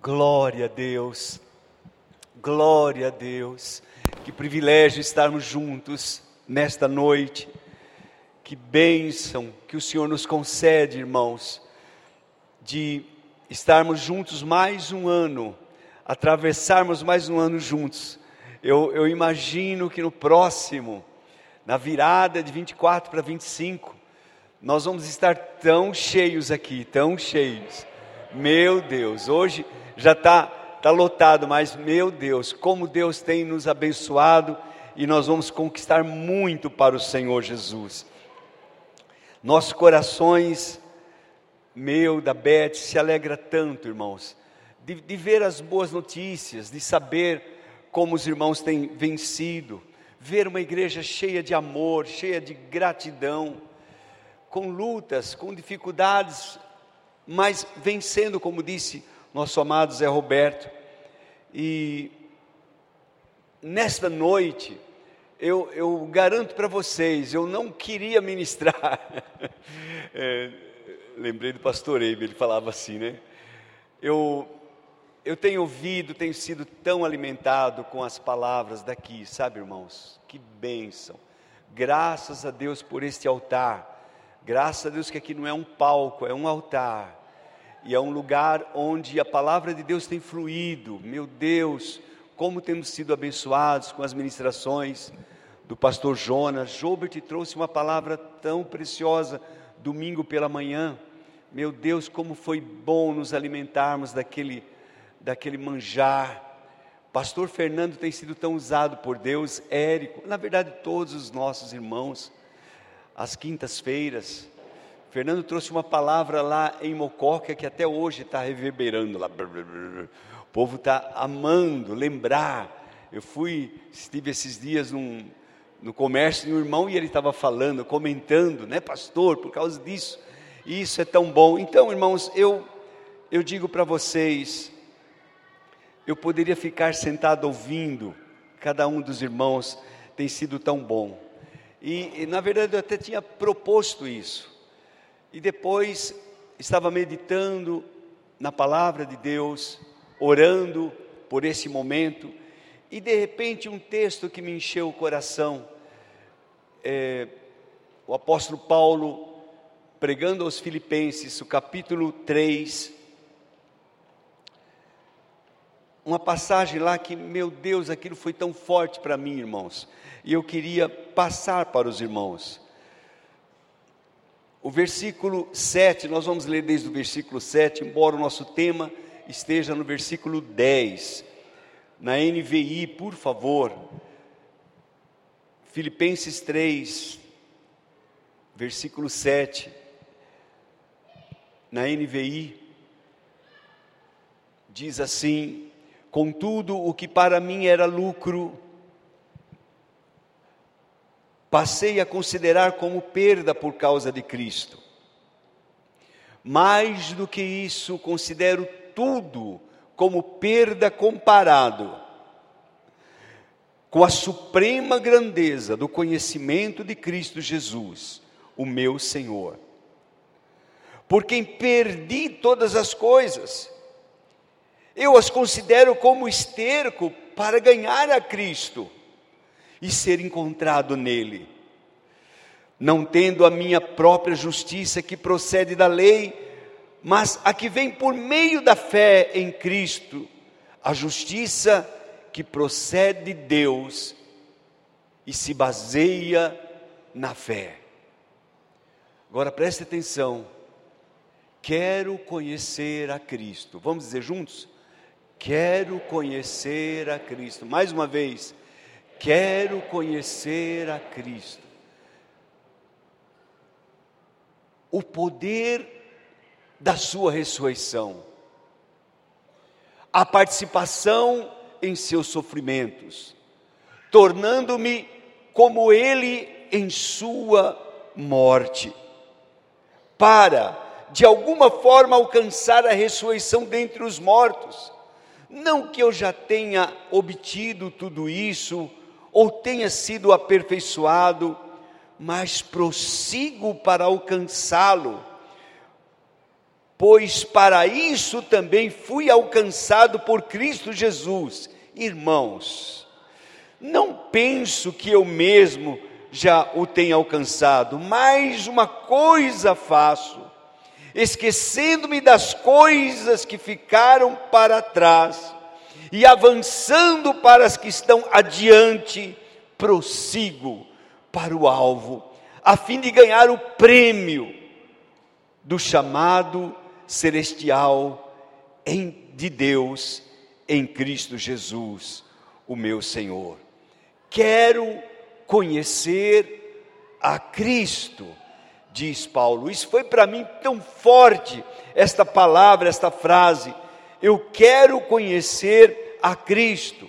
Glória a Deus, glória a Deus, que privilégio estarmos juntos nesta noite, que bênção que o Senhor nos concede, irmãos, de estarmos juntos mais um ano, atravessarmos mais um ano juntos. Eu imagino que no próximo, na virada de 24 para 25, nós vamos estar tão cheios aqui, tão cheios. Meu Deus, hoje já está lotado, mas meu Deus, como Deus tem nos abençoado e nós vamos conquistar muito para o Senhor Jesus. Nossos corações, da Beth, se alegra tanto, irmãos, de ver as boas notícias, de saber como os irmãos têm vencido, ver uma igreja cheia de amor, cheia de gratidão, com lutas, com dificuldades, mas vencendo, como disse nosso amado Zé Roberto. E nesta noite, eu garanto para vocês, eu não queria ministrar, lembrei do pastor Eibe, ele falava assim, né? Eu tenho ouvido, tenho sido tão alimentado com as palavras daqui, sabe, irmãos? Que bênção, graças a Deus por este altar, graças a Deus que aqui não é um palco, é um altar, e é um lugar onde a palavra de Deus tem fluído. Meu Deus, como temos sido abençoados com as ministrações do pastor Jonas. Jobert trouxe uma palavra tão preciosa domingo pela manhã. Meu Deus, como foi bom nos alimentarmos daquele manjar. Pastor Fernando tem sido tão usado por Deus, Érico, na verdade todos os nossos irmãos, às quintas-feiras. Fernando trouxe uma palavra lá em Mococa que até hoje está reverberando lá. O povo está amando, lembrar. Estive esses dias no comércio de um irmão e ele estava falando, comentando, né, pastor, por causa disso. E isso é tão bom. Então, irmãos, eu digo para vocês, eu poderia ficar sentado ouvindo, cada um dos irmãos tem sido tão bom. E na verdade eu até tinha proposto isso. E depois estava meditando na palavra de Deus, orando por esse momento, e de repente um texto que me encheu o coração, o apóstolo Paulo pregando aos Filipenses, o capítulo 3, uma passagem lá que, meu Deus, aquilo foi tão forte para mim, irmãos, e eu queria passar para os irmãos. O versículo 7, nós vamos ler desde o versículo 7, embora o nosso tema esteja no versículo 10, na NVI, por favor. Filipenses 3, versículo 7, na NVI, diz assim: contudo, o que para mim era lucro, passei a considerar como perda por causa de Cristo. Mais do que isso, considero tudo como perda comparado com a suprema grandeza do conhecimento de Cristo Jesus, o meu Senhor. Por quem perdi todas as coisas, eu as considero como esterco para ganhar a Cristo e ser encontrado nele, não tendo a minha própria justiça que procede da lei, mas a que vem por meio da fé em Cristo, a justiça que procede de Deus e se baseia na fé. Agora preste atenção, quero conhecer a Cristo, vamos dizer juntos? Quero conhecer a Cristo, mais uma vez, quero conhecer a Cristo, o poder da sua ressurreição, a participação em seus sofrimentos, tornando-me como Ele em sua morte, para, de alguma forma, alcançar a ressurreição dentre os mortos. Não que eu já tenha obtido tudo isso, ou tenha sido aperfeiçoado, mas prossigo para alcançá-lo, pois para isso também fui alcançado por Cristo Jesus. Irmãos, não penso que eu mesmo já o tenha alcançado, mas uma coisa faço, esquecendo-me das coisas que ficaram para trás e avançando para as que estão adiante, prossigo para o alvo, a fim de ganhar o prêmio do chamado celestial de Deus em Cristo Jesus, o meu Senhor. Quero conhecer a Cristo, diz Paulo. Isso foi para mim tão forte, esta palavra, esta frase. Eu quero conhecer a Cristo.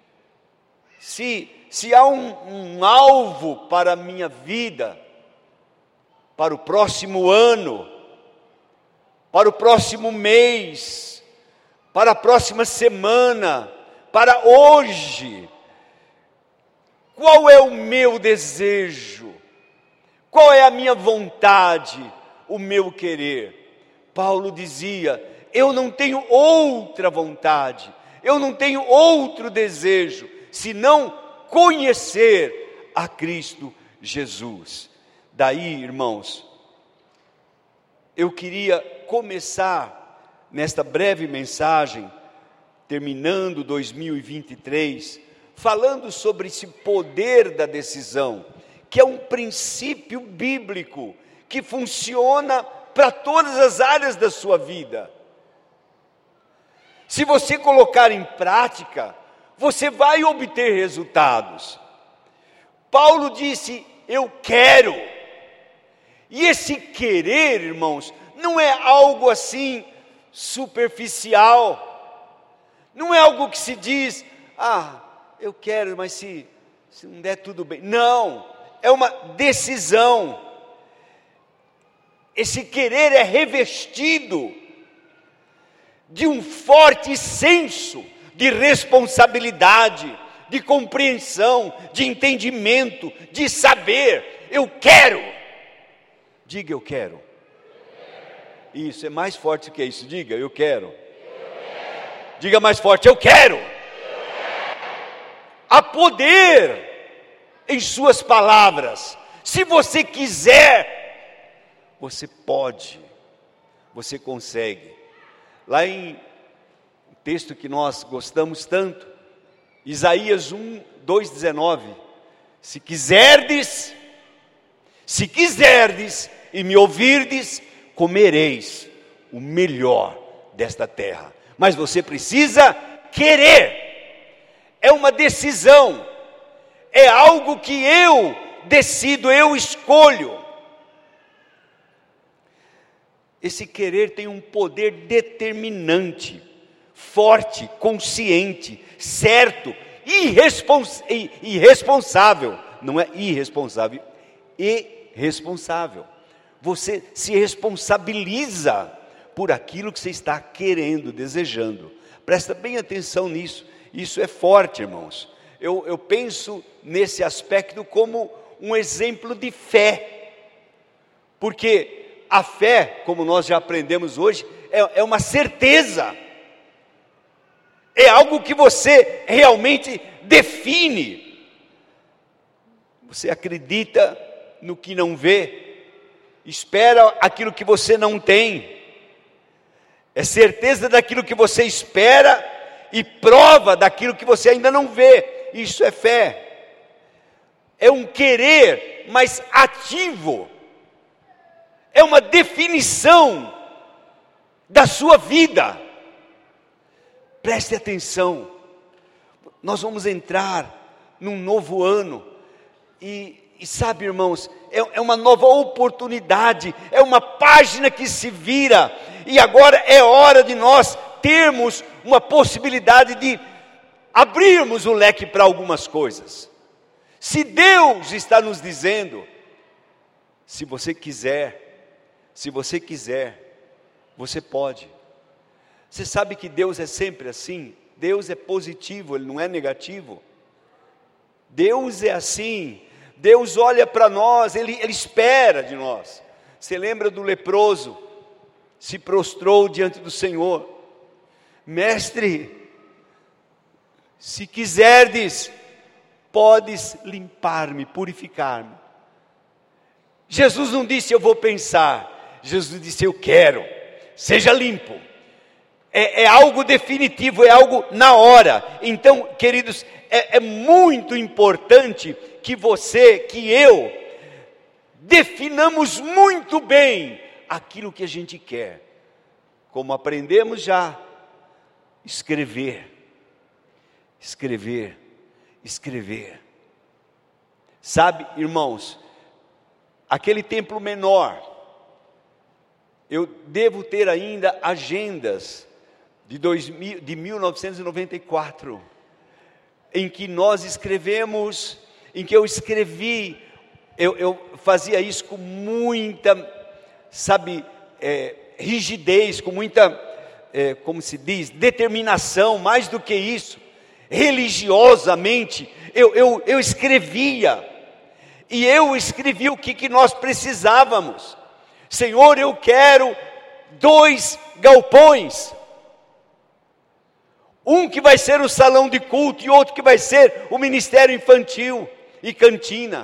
Se há um alvo para a minha vida, para o próximo ano, para o próximo mês, para a próxima semana, para hoje, qual é o meu desejo? Qual é a minha vontade, o meu querer? Paulo dizia: eu não tenho outra vontade, eu não tenho outro desejo, senão conhecer a Cristo Jesus. Daí, irmãos, eu queria começar nesta breve mensagem, terminando 2023, falando sobre esse poder da decisão, que é um princípio bíblico, que funciona para todas as áreas da sua vida. Se você colocar em prática, você vai obter resultados. Paulo disse: eu quero. E esse querer, irmãos, não é algo assim superficial, não é algo que se diz: eu quero, mas se não der tudo bem. Não, é uma decisão. Esse querer é revestido de um forte senso de responsabilidade, de compreensão, de entendimento, de saber. Eu quero. Diga: eu quero. Isso, é mais forte que isso. Diga: eu quero. Diga mais forte: eu quero. Há poder em suas palavras. Se você quiser, você pode, você consegue. Lá em um texto que nós gostamos tanto, Isaías 2:19, se quiserdes e me ouvirdes, comereis o melhor desta terra. Mas você precisa querer. É uma decisão, é algo que eu decido, eu escolho. Esse querer tem um poder determinante, forte, consciente, certo, irresponsável. Não é irresponsável, irresponsável. Você se responsabiliza por aquilo que você está querendo, desejando. Presta bem atenção nisso. Isso é forte, irmãos. Eu penso nesse aspecto como um exemplo de fé. Porque a fé, como nós já aprendemos hoje, é uma certeza. É algo que você realmente define. Você acredita no que não vê, espera aquilo que você não tem. É certeza daquilo que você espera e prova daquilo que você ainda não vê. Isso é fé. É um querer, mas ativo. É uma definição da sua vida. Preste atenção. Nós vamos entrar num novo ano. E sabe, irmãos, é uma nova oportunidade. É uma página que se vira. E agora é hora de nós termos uma possibilidade de abrirmos o leque para algumas coisas. Se Deus está nos dizendo: se você quiser, você pode. Você sabe que Deus é sempre assim? Deus é positivo, Ele não é negativo. Deus é assim. Deus olha para nós, Ele espera de nós. Você lembra do leproso? se prostrou diante do Senhor: Mestre, se quiserdes, podes limpar-me, purificar-me. Jesus não disse eu vou pensar, Jesus disse eu quero, seja limpo. É algo definitivo, é algo na hora. Então, queridos, é muito importante que você, que eu, definamos muito bem aquilo que a gente quer. Como aprendemos já, escrever. Sabe, irmãos, aquele templo menor, eu devo ter ainda agendas de 1994, em que nós escrevemos, em que eu escrevi, eu fazia isso com muita, rigidez, com muita, como se diz, determinação, mais do que isso, religiosamente, eu escrevia, e eu escrevi o que nós precisávamos. Senhor, eu quero 2 galpões, um que vai ser o salão de culto e outro que vai ser o ministério infantil e cantina.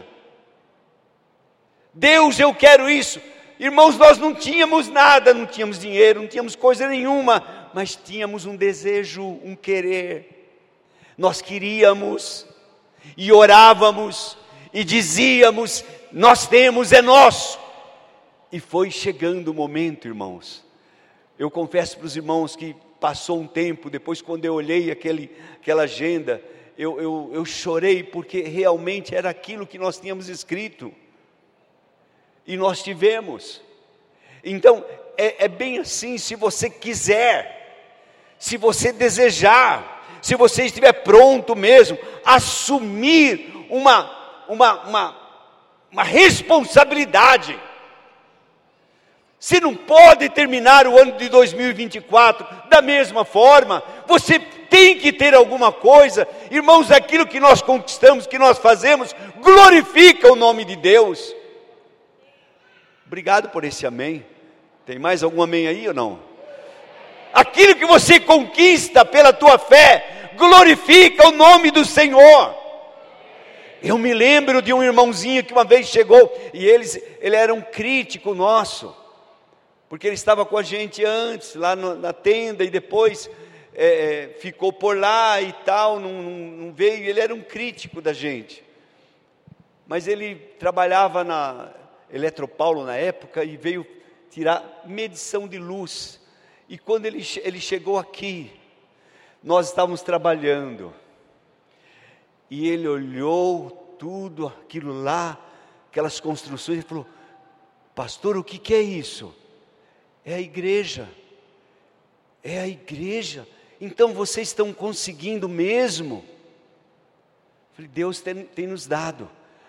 Deus, eu quero isso. Irmãos, nós não tínhamos nada, não tínhamos dinheiro, não tínhamos coisa nenhuma, mas tínhamos um desejo, um querer. Nós queríamos e orávamos e dizíamos: nós temos, é nosso. E foi chegando o momento, irmãos. Eu confesso para os irmãos que passou um tempo, depois quando eu olhei aquela agenda, eu chorei, porque realmente era aquilo que nós tínhamos escrito. E nós tivemos. Então, é bem assim, se você quiser, se você desejar, se você estiver pronto mesmo, assumir uma responsabilidade. Você não pode terminar o ano de 2024 da mesma forma. Você tem que ter alguma coisa. Irmãos, aquilo que nós conquistamos, que nós fazemos, glorifica o nome de Deus. Obrigado por esse amém. Tem mais algum amém aí ou não? Aquilo que você conquista pela tua fé, glorifica o nome do Senhor. Eu me lembro de um irmãozinho que uma vez chegou, e ele era um crítico nosso, porque ele estava com a gente antes, lá na tenda, e depois ficou por lá e tal, não veio. Ele era um crítico da gente, mas ele trabalhava na Eletropaulo na época, e veio tirar medição de luz. E quando ele chegou aqui, nós estávamos trabalhando, e ele olhou tudo aquilo lá, aquelas construções, e falou: pastor, o que é isso? É a igreja. É a igreja. Então vocês estão conseguindo mesmo? Eu falei: Deus tem nos dado.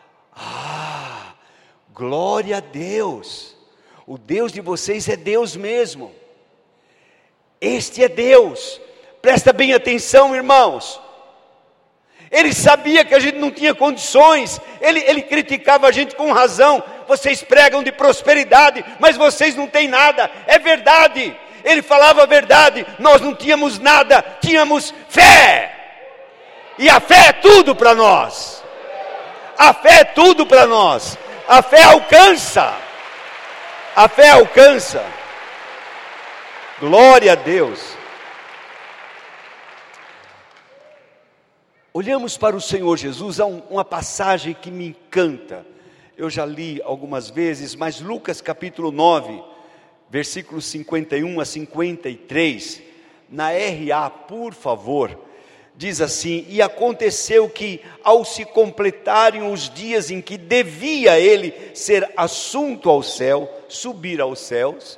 Glória a Deus. O Deus de vocês é Deus mesmo. Este é Deus. Presta bem atenção, irmãos. Ele sabia que a gente não tinha condições. Ele criticava a gente com razão. Vocês pregam de prosperidade, mas vocês não têm nada. É verdade. Ele falava a verdade. Nós não tínhamos nada, tínhamos fé. E a fé é tudo para nós. A fé é tudo para nós. A fé alcança. A fé alcança. Glória a Deus. Olhamos para o Senhor Jesus, há uma passagem que me encanta. Eu já li algumas vezes, mas Lucas capítulo 9, versículos 51 a 53, na RA, por favor, diz assim: e aconteceu que, ao se completarem os dias em que devia ele ser assunto ao céu, subir aos céus,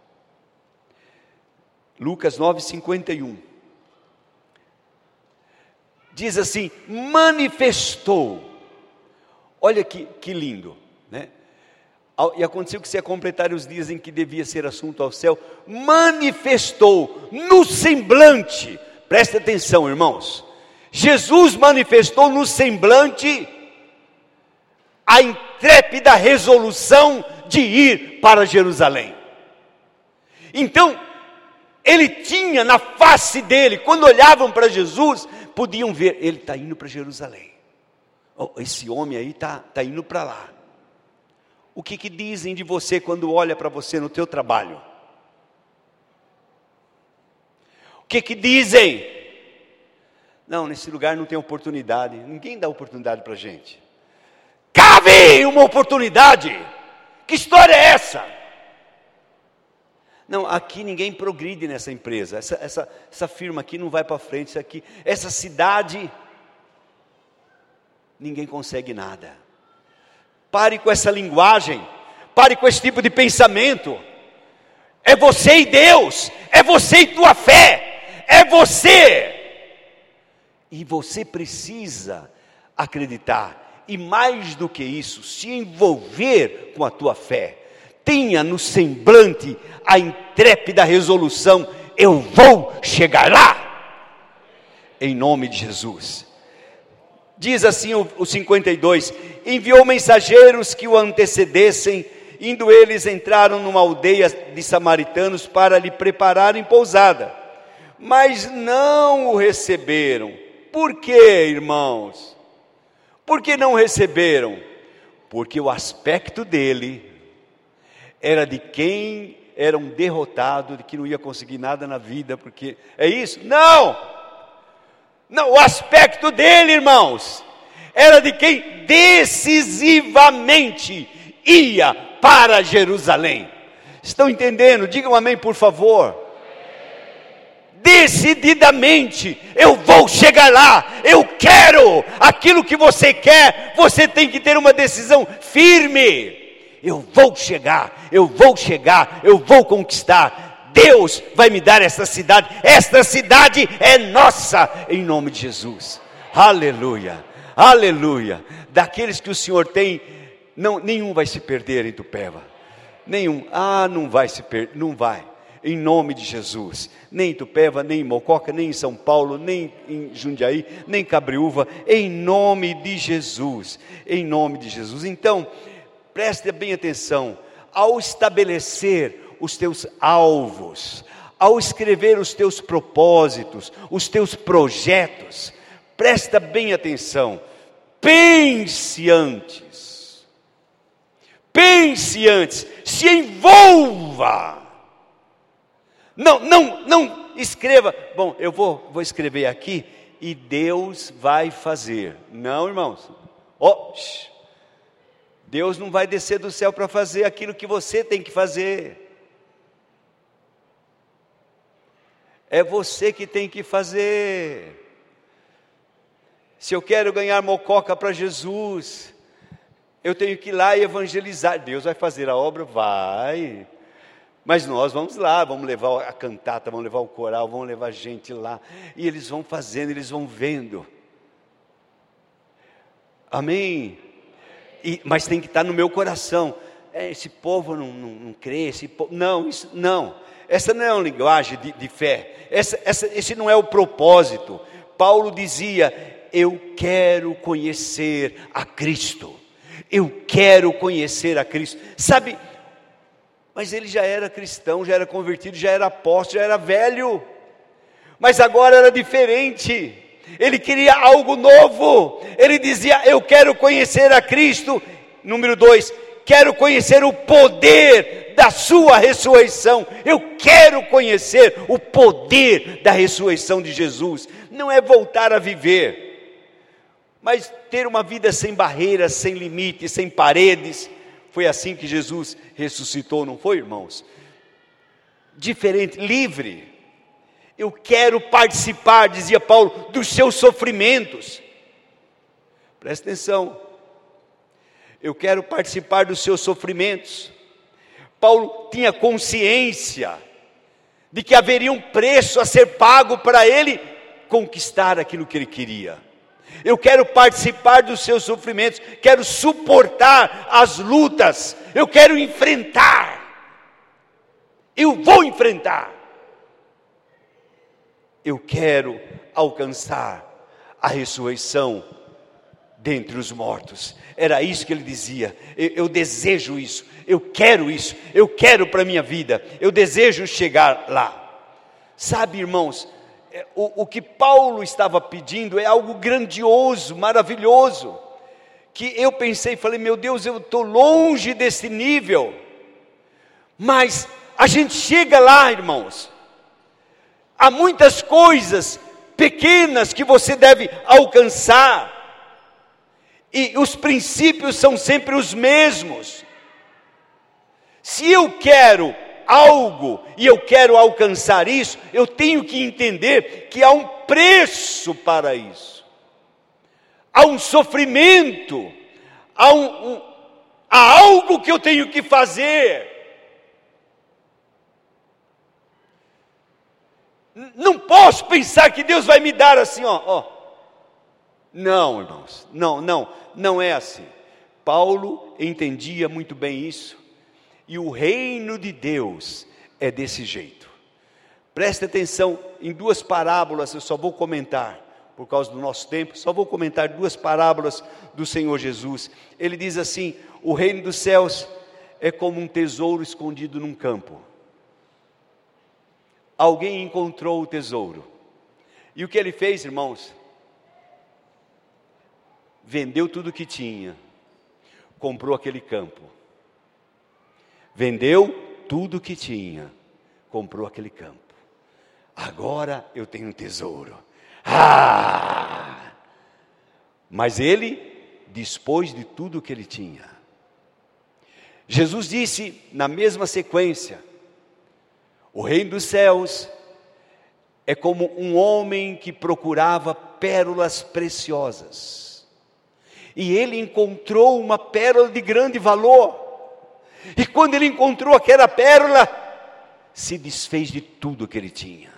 Lucas 9, 51, diz assim: manifestou. Olha que lindo, né? E aconteceu que, se completarem os dias em que devia ser assunto ao céu, manifestou no semblante. Presta atenção, irmãos. Jesus manifestou no semblante a intrépida resolução de ir para Jerusalém. Então, ele tinha na face dele, quando olhavam para Jesus, podiam ver, ele está indo para Jerusalém. Oh, esse homem aí está indo para lá. O que dizem de você quando olha para você no teu trabalho? O que dizem? Não, nesse lugar não tem oportunidade. Ninguém dá oportunidade para a gente. Cabe uma oportunidade. Que história é essa? Não, aqui ninguém progride nessa empresa. Essa firma aqui não vai para frente. Essa cidade, ninguém consegue nada. Pare com essa linguagem. Pare com esse tipo de pensamento. É você e Deus. É você e tua fé. É você. E você precisa acreditar. E mais do que isso, se envolver com a tua fé. Tenha no semblante a intrépida resolução: eu vou chegar lá. Em nome de Jesus. Diz assim o 52, enviou mensageiros que o antecedessem, indo eles entraram numa aldeia de samaritanos para lhe prepararem pousada. Mas não o receberam. Por quê, irmãos? Por que não receberam? Porque o aspecto dele era de quem era um derrotado, de que não ia conseguir nada na vida, porque é isso? Não, o aspecto dele, irmãos, era de quem decisivamente ia para Jerusalém. Estão entendendo? Digam amém, por favor. Decididamente, eu vou chegar lá, eu quero aquilo que você quer. Você tem que ter uma decisão firme. Eu vou chegar, eu vou conquistar. Deus vai me dar esta cidade é nossa, em nome de Jesus. Aleluia, aleluia. Daqueles que o Senhor tem, nenhum vai se perder em Itupeva. Nenhum, não vai se perder, não vai. Em nome de Jesus, nem em Itupeva, nem em Mococa, nem em São Paulo, nem em Jundiaí, nem em Cabriúva, em nome de Jesus, em nome de Jesus. Então, preste bem atenção, ao estabelecer os teus alvos, ao escrever os teus propósitos, os teus projetos, presta bem atenção, pense antes, se envolva. Não escreva, bom, eu vou escrever aqui e Deus vai fazer. Não, irmãos, Deus não vai descer do céu para fazer aquilo que você tem que fazer. É você que tem que fazer. Se eu quero ganhar Mococa para Jesus, eu tenho que ir lá e evangelizar. Deus vai fazer a obra? Vai. Mas nós vamos lá, vamos levar a cantata, vamos levar o coral, vamos levar gente lá. E eles vão fazendo, eles vão vendo. Amém? Mas tem que estar no meu coração. Esse povo não crê, não. Essa não é uma linguagem de fé. Esse não é o propósito. Paulo dizia, eu quero conhecer a Cristo. Eu quero conhecer a Cristo. Sabe, mas ele já era cristão, já era convertido, já era apóstolo, já era velho. Mas agora era diferente. Ele queria algo novo. Ele dizia, eu quero conhecer a Cristo. Número 2, quero conhecer o poder da sua ressurreição. Eu quero conhecer o poder da ressurreição de Jesus. Não é voltar a viver, mas ter uma vida sem barreiras, sem limites, sem paredes. Foi assim que Jesus ressuscitou, não foi, irmãos? Diferente, livre. Eu quero participar, dizia Paulo, dos seus sofrimentos. Presta atenção. Eu quero participar dos seus sofrimentos. Paulo tinha consciência de que haveria um preço a ser pago para ele conquistar aquilo que ele queria. Eu quero participar dos seus sofrimentos, quero suportar as lutas, eu quero enfrentar. Eu vou enfrentar. Eu quero alcançar a ressurreição dentre os mortos. Era isso que ele dizia. Eu desejo isso, eu quero para a minha vida, eu desejo chegar lá. Sabe, irmãos, o que Paulo estava pedindo é algo grandioso, maravilhoso, que eu pensei, falei, meu Deus, eu estou longe desse nível, mas a gente chega lá, irmãos. Há muitas coisas pequenas que você deve alcançar, e os princípios são sempre os mesmos. Se eu quero algo e eu quero alcançar isso, eu tenho que entender que há um preço para isso, há um sofrimento, há algo que eu tenho que fazer. Não posso pensar que Deus vai me dar assim, ó. Não, irmãos, não é assim. Paulo entendia muito bem isso, e o reino de Deus é desse jeito. Preste atenção em duas parábolas, eu só vou comentar, por causa do nosso tempo, só vou comentar duas parábolas do Senhor Jesus. Ele diz assim: o reino dos céus é como um tesouro escondido num campo. Alguém encontrou o tesouro, e o que ele fez, irmãos? Vendeu tudo que tinha, comprou aquele campo. Vendeu tudo que tinha, comprou aquele campo. Agora eu tenho um tesouro. Mas ele dispôs de tudo que ele tinha. Jesus disse na mesma sequência: o reino dos céus é como um homem que procurava pérolas preciosas, e ele encontrou uma pérola de grande valor. E quando ele encontrou aquela pérola, se desfez de tudo que ele tinha.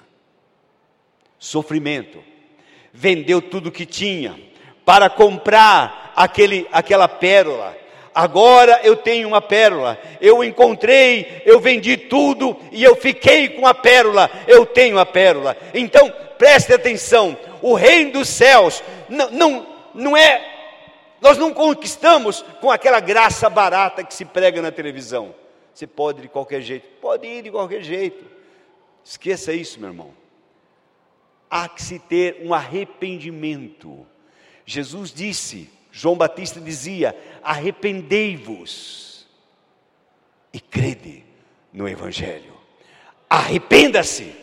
Sofrimento. Vendeu tudo que tinha para comprar aquela pérola. Agora eu tenho uma pérola, eu encontrei, eu vendi tudo e eu fiquei com a pérola, eu tenho a pérola. Então preste atenção, o reino dos céus não é, nós não conquistamos com aquela graça barata que se prega na televisão. Você pode ir de qualquer jeito, pode ir de qualquer jeito, esqueça isso, meu irmão. Há que se ter um arrependimento. Jesus disse, João Batista dizia: arrependei-vos e crede no Evangelho. Arrependa-se,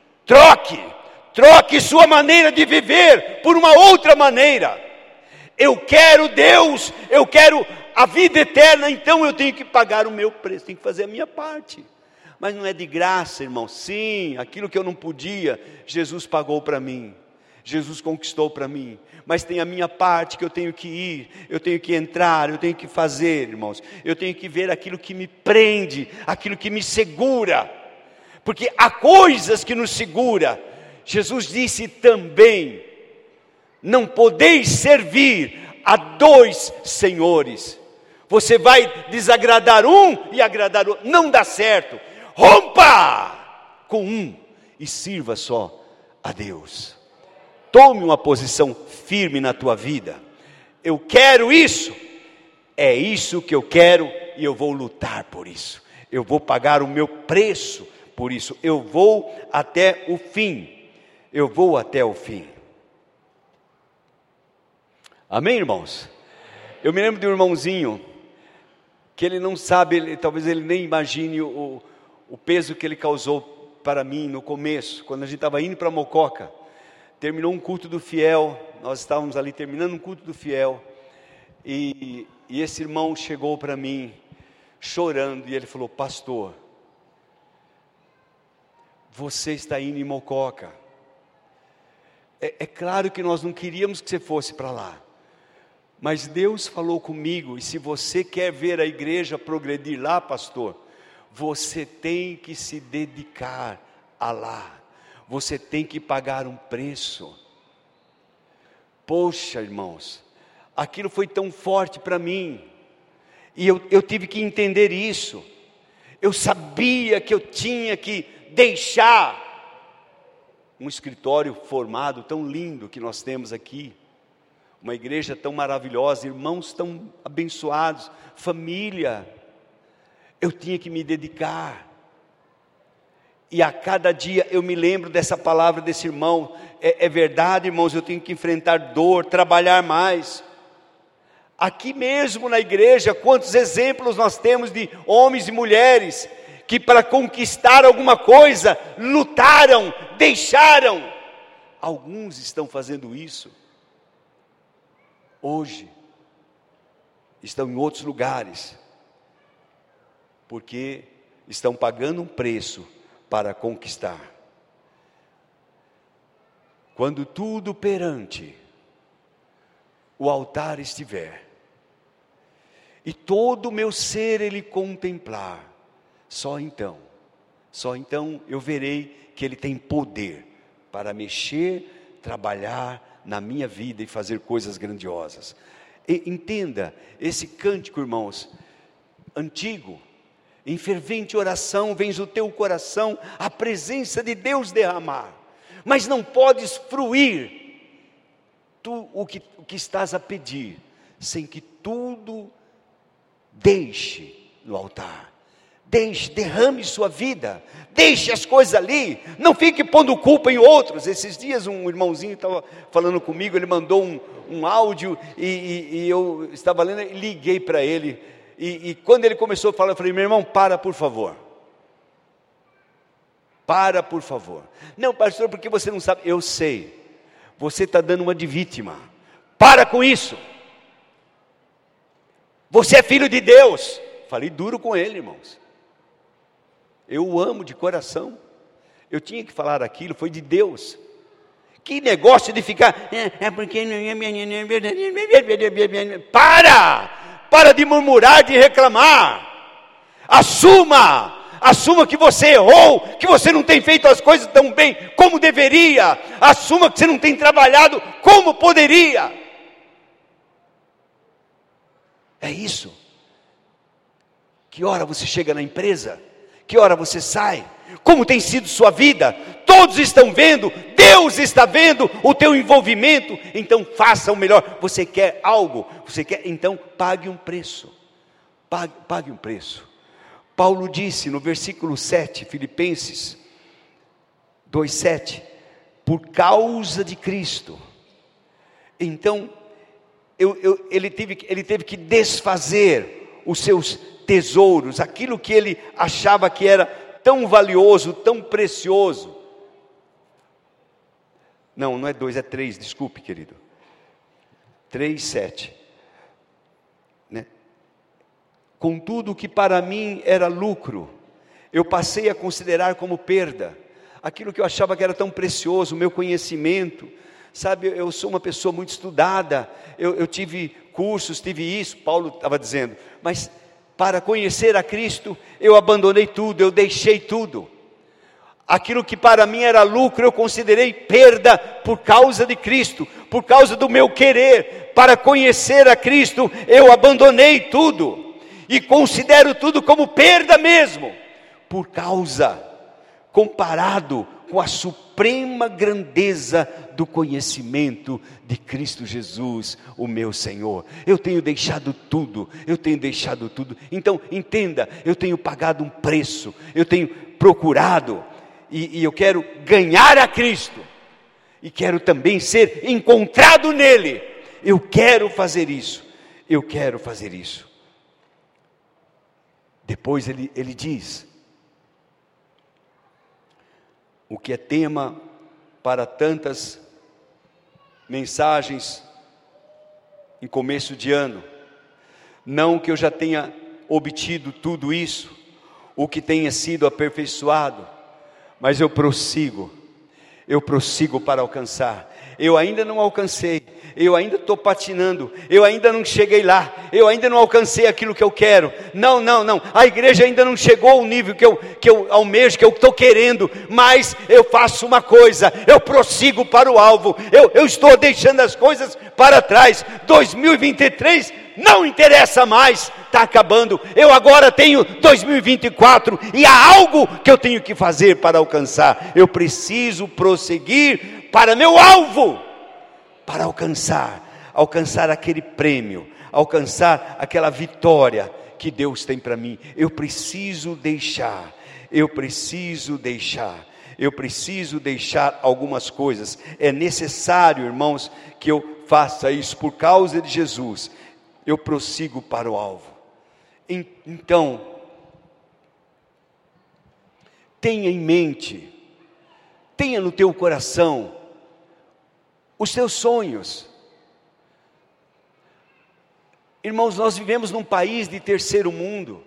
troque sua maneira de viver por uma outra maneira. Eu quero Deus, eu quero a vida eterna, então eu tenho que pagar o meu preço, tenho que fazer a minha parte. Mas não é de graça, irmão. Sim, aquilo que eu não podia, Jesus pagou para mim, Jesus conquistou para mim. Mas tem a minha parte que eu tenho que ir, eu tenho que entrar, eu tenho que fazer, irmãos. Eu tenho que ver aquilo que me prende, aquilo que me segura, porque há coisas que nos segura. Jesus disse também: não podeis servir a dois senhores. Você vai desagradar um e agradar o outro, não dá certo. Rompa com um e sirva só a Deus. Tome uma posição firme na tua vida. Eu quero isso, é isso que eu quero, e eu vou lutar por isso. Eu vou pagar o meu preço por isso. Eu vou até o fim. Eu vou até o fim. Amém, irmãos? Eu me lembro de um irmãozinho que ele não sabe, talvez ele nem imagine o peso que ele causou para mim no começo, quando a gente estava indo para Mococa. Terminou um culto do fiel, nós estávamos ali terminando um culto do fiel, e esse irmão chegou para mim chorando, e ele falou: pastor, você está indo em Mococa. É claro que nós não queríamos que você fosse para lá, mas Deus falou comigo, e se você quer ver a igreja progredir lá, pastor, você tem que se dedicar a lá. Você tem que pagar um preço. Poxa, irmãos, aquilo foi tão forte para mim, e eu tive que entender isso. Eu sabia que eu tinha que deixar um escritório formado tão lindo que nós temos aqui, uma igreja tão maravilhosa, irmãos tão abençoados, família. Eu tinha que me dedicar. E a cada dia eu me lembro dessa palavra desse irmão. É verdade, irmãos, eu tenho que enfrentar dor, trabalhar mais. Aqui mesmo na igreja, quantos exemplos nós temos de homens e mulheres que para conquistar alguma coisa, lutaram, deixaram. Alguns estão fazendo isso hoje, estão em outros lugares, porque estão pagando um preço para conquistar. Quando tudo perante o altar estiver, e todo o meu ser Ele contemplar, só então eu verei que Ele tem poder para mexer, trabalhar na minha vida e fazer coisas grandiosas. E entenda, esse cântico, irmãos, antigo, em fervente oração vens o teu coração, a presença de Deus derramar, mas não podes fruir o que estás a pedir, sem que tudo deixe no altar. Derrame sua vida, deixe as coisas ali, não fique pondo culpa em outros. Esses dias um irmãozinho estava falando comigo, ele mandou um áudio e eu estava lendo e liguei para ele, e quando ele começou a falar, eu falei: meu irmão, para por favor. Não, pastor, porque você não sabe. Eu sei, você está dando uma de vítima. Para com isso. Você é filho de Deus. Falei duro com ele, irmãos. Eu o amo de coração. Eu tinha que falar aquilo, foi de Deus. Que negócio de ficar... porque... Para de murmurar, de reclamar. Assuma que você errou, que você não tem feito as coisas tão bem como deveria. Assuma que você não tem trabalhado como poderia. É isso. Que hora você chega na empresa? Que hora você sai? Como tem sido sua vida? Todos estão vendo, Deus está vendo o teu envolvimento. Então faça o melhor. Você quer algo? Então pague um preço. Pague um preço. Paulo disse no versículo 7, Filipenses 2:7, por causa de Cristo. Então ele teve que desfazer os seus tesouros, aquilo que ele achava que era tão valioso, tão precioso. Não é 2, é 3, desculpe, querido. 3:7. Né? Contudo, o que para mim era lucro, eu passei a considerar como perda. Aquilo que eu achava que era tão precioso, o meu conhecimento. Sabe, eu sou uma pessoa muito estudada, eu tive cursos, tive isso, Paulo estava dizendo, mas para conhecer a Cristo, eu abandonei tudo, eu deixei tudo. Aquilo que para mim era lucro, eu considerei perda por causa de Cristo, por causa do meu querer. Para conhecer a Cristo, eu abandonei tudo, e considero tudo como perda mesmo, comparado com a suprema grandeza do conhecimento de Cristo Jesus, o meu Senhor. Eu tenho deixado tudo. Então entenda, eu tenho pagado um preço, eu tenho procurado, e eu quero ganhar a Cristo, e quero também ser encontrado nele. Eu quero fazer isso. Depois ele diz, o que é tema para tantas mensagens em começo de ano, não que eu já tenha obtido tudo isso, o que tenha sido aperfeiçoado, mas eu prossigo para alcançar. Eu ainda não alcancei, eu ainda estou patinando, eu ainda não cheguei lá, eu ainda não alcancei aquilo que eu quero. Não, a igreja ainda não chegou ao nível que eu almejo, que eu estou querendo, mas eu faço uma coisa, eu prossigo para o alvo, eu estou deixando as coisas para trás. 2023 não interessa mais, está acabando. Eu agora tenho 2024 e há algo que eu tenho que fazer para alcançar. Eu preciso prosseguir para meu alvo, para alcançar alcançar aquele prêmio, alcançar aquela vitória que Deus tem para mim. Eu preciso deixar algumas coisas. É necessário, irmãos, que eu faça isso. Por causa de Jesus, eu prossigo para o alvo. Então, tenha em mente, tenha no teu coração os teus sonhos. Irmãos, nós vivemos num país de terceiro mundo.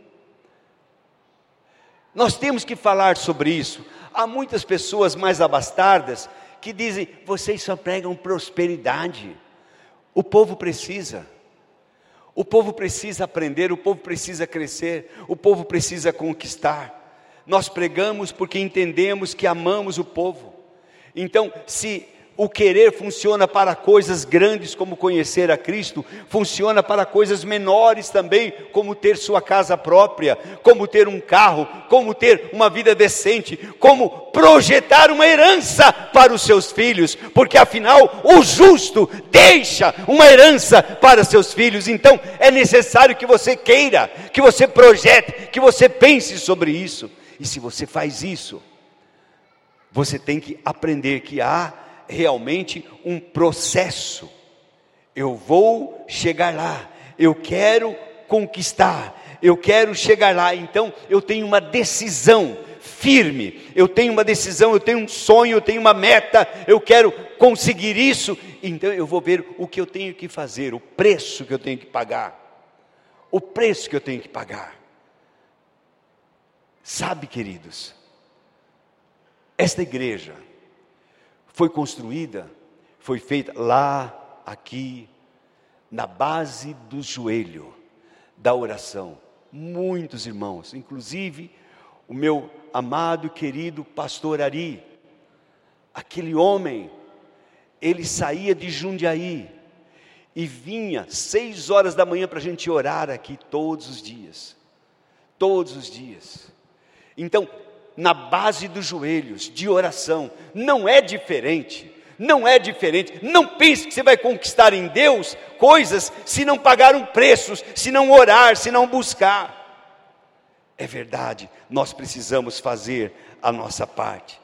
Nós temos que falar sobre isso. Há muitas pessoas mais abastadas que dizem: vocês só pregam prosperidade. O povo precisa aprender, o povo precisa crescer, o povo precisa conquistar. Nós pregamos porque entendemos que amamos o povo. Então, se o querer funciona para coisas grandes, como conhecer a Cristo, funciona para coisas menores também, como ter sua casa própria, como ter um carro, como ter uma vida decente, como projetar uma herança para os seus filhos, porque afinal o justo deixa uma herança para seus filhos. Então é necessário que você queira, que você projete, que você pense sobre isso. E se você faz isso, você tem que aprender que há realmente um processo. Eu vou chegar lá, eu quero conquistar, eu quero chegar lá. Então eu tenho uma decisão firme, eu tenho uma decisão, eu tenho um sonho, eu tenho uma meta, eu quero conseguir isso. Então eu vou ver o que eu tenho que fazer, o preço que eu tenho que pagar, Sabe, queridos, esta igreja foi construída, foi feita lá, aqui, na base do joelho, da oração. Muitos irmãos, inclusive o meu amado, querido pastor Ari, aquele homem, ele saía de Jundiaí e vinha 6 horas da manhã para a gente orar aqui todos os dias. Então, na base dos joelhos, de oração, não é diferente. Não pense que você vai conquistar em Deus coisas se não pagar um preço, se não orar, se não buscar. É verdade, nós precisamos fazer a nossa parte.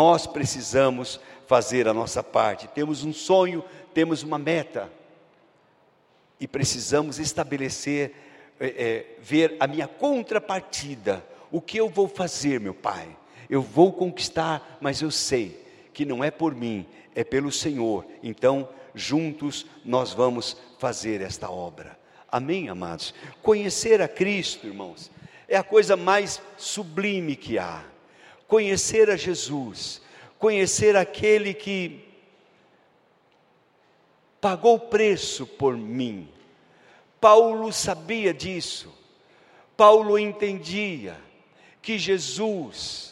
Temos um sonho, temos uma meta. E precisamos estabelecer, ver a minha contrapartida. O que eu vou fazer, meu Pai? Eu vou conquistar, mas eu sei que não é por mim, é pelo Senhor. Então, juntos nós vamos fazer esta obra. Amém, amados? Conhecer a Cristo, irmãos, é a coisa mais sublime que há. Conhecer a Jesus, conhecer aquele que pagou o preço por mim. Paulo sabia disso. Paulo entendia que Jesus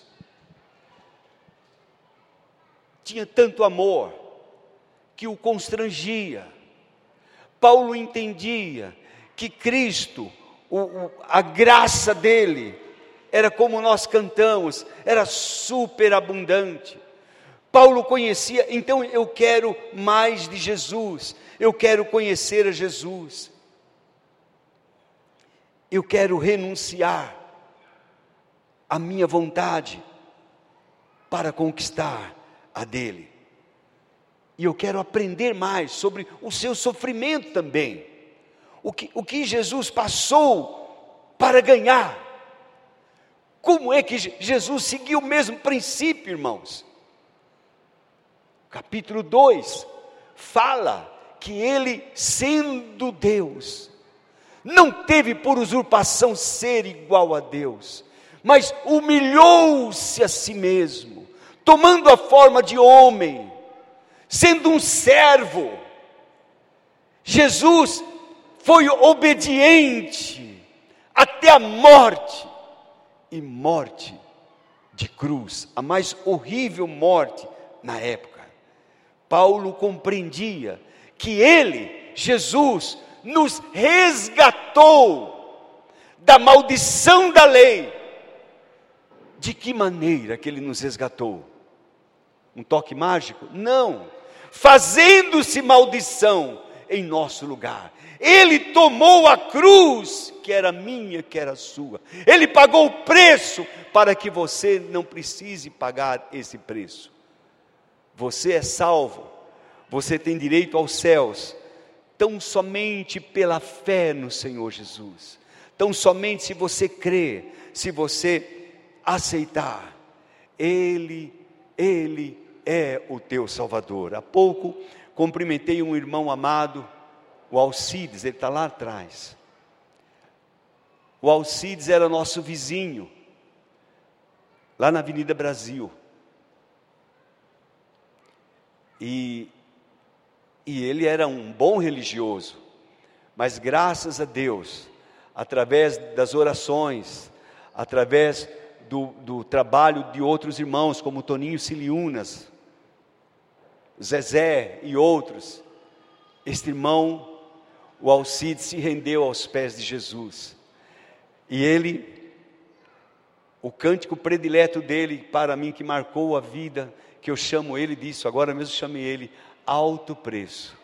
tinha tanto amor que o constrangia. Paulo entendia que Cristo, a graça dele, era como nós cantamos, era superabundante. Paulo conhecia, então eu quero mais de Jesus, eu quero conhecer a Jesus. Eu quero renunciar a minha vontade para conquistar a dele. E eu quero aprender mais sobre o seu sofrimento também. O que Jesus passou para ganhar. Como é que Jesus seguiu o mesmo princípio, irmãos? Capítulo 2 fala que ele, sendo Deus, não teve por usurpação ser igual a Deus, mas humilhou-se a si mesmo, tomando a forma de homem, sendo um servo. Jesus foi obediente até a morte, e morte de cruz, a mais horrível morte na época. Paulo compreendia que ele, Jesus, nos resgatou da maldição da lei. De que maneira que ele nos resgatou? Um toque mágico? Não. Fazendo-se maldição, em nosso lugar. Ele tomou a cruz, que era minha, que era sua. Ele pagou o preço para que você não precise pagar esse preço. Você é salvo, você tem direito aos céus, tão somente pela fé no Senhor Jesus. Tão somente se você crer, se você aceitar. Ele é o teu Salvador. Há pouco cumprimentei um irmão amado, o Alcides, ele está lá atrás. O Alcides era nosso vizinho, lá na Avenida Brasil. E ele era um bom religioso, mas graças a Deus, através das orações, através do trabalho de outros irmãos, como Toninho Siliunas, Zezé e outros, este irmão, o Alcides, se rendeu aos pés de Jesus. E ele, o cântico predileto dele para mim, que marcou a vida, que eu chamo ele disso, agora mesmo chamei ele, alto preço.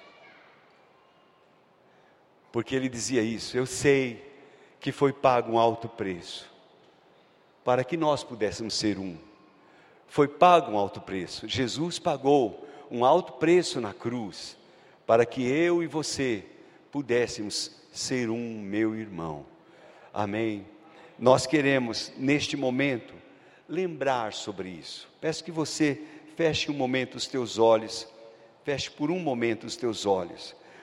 Porque ele dizia isso: eu sei que foi pago um alto preço, para que nós pudéssemos ser um. Foi pago um alto preço. Jesus pagou um alto preço na cruz, para que eu e você pudéssemos ser um, meu irmão. Amém? Nós queremos, neste momento, lembrar sobre isso. Peço que você feche um momento os teus olhos, feche por um momento os teus olhos.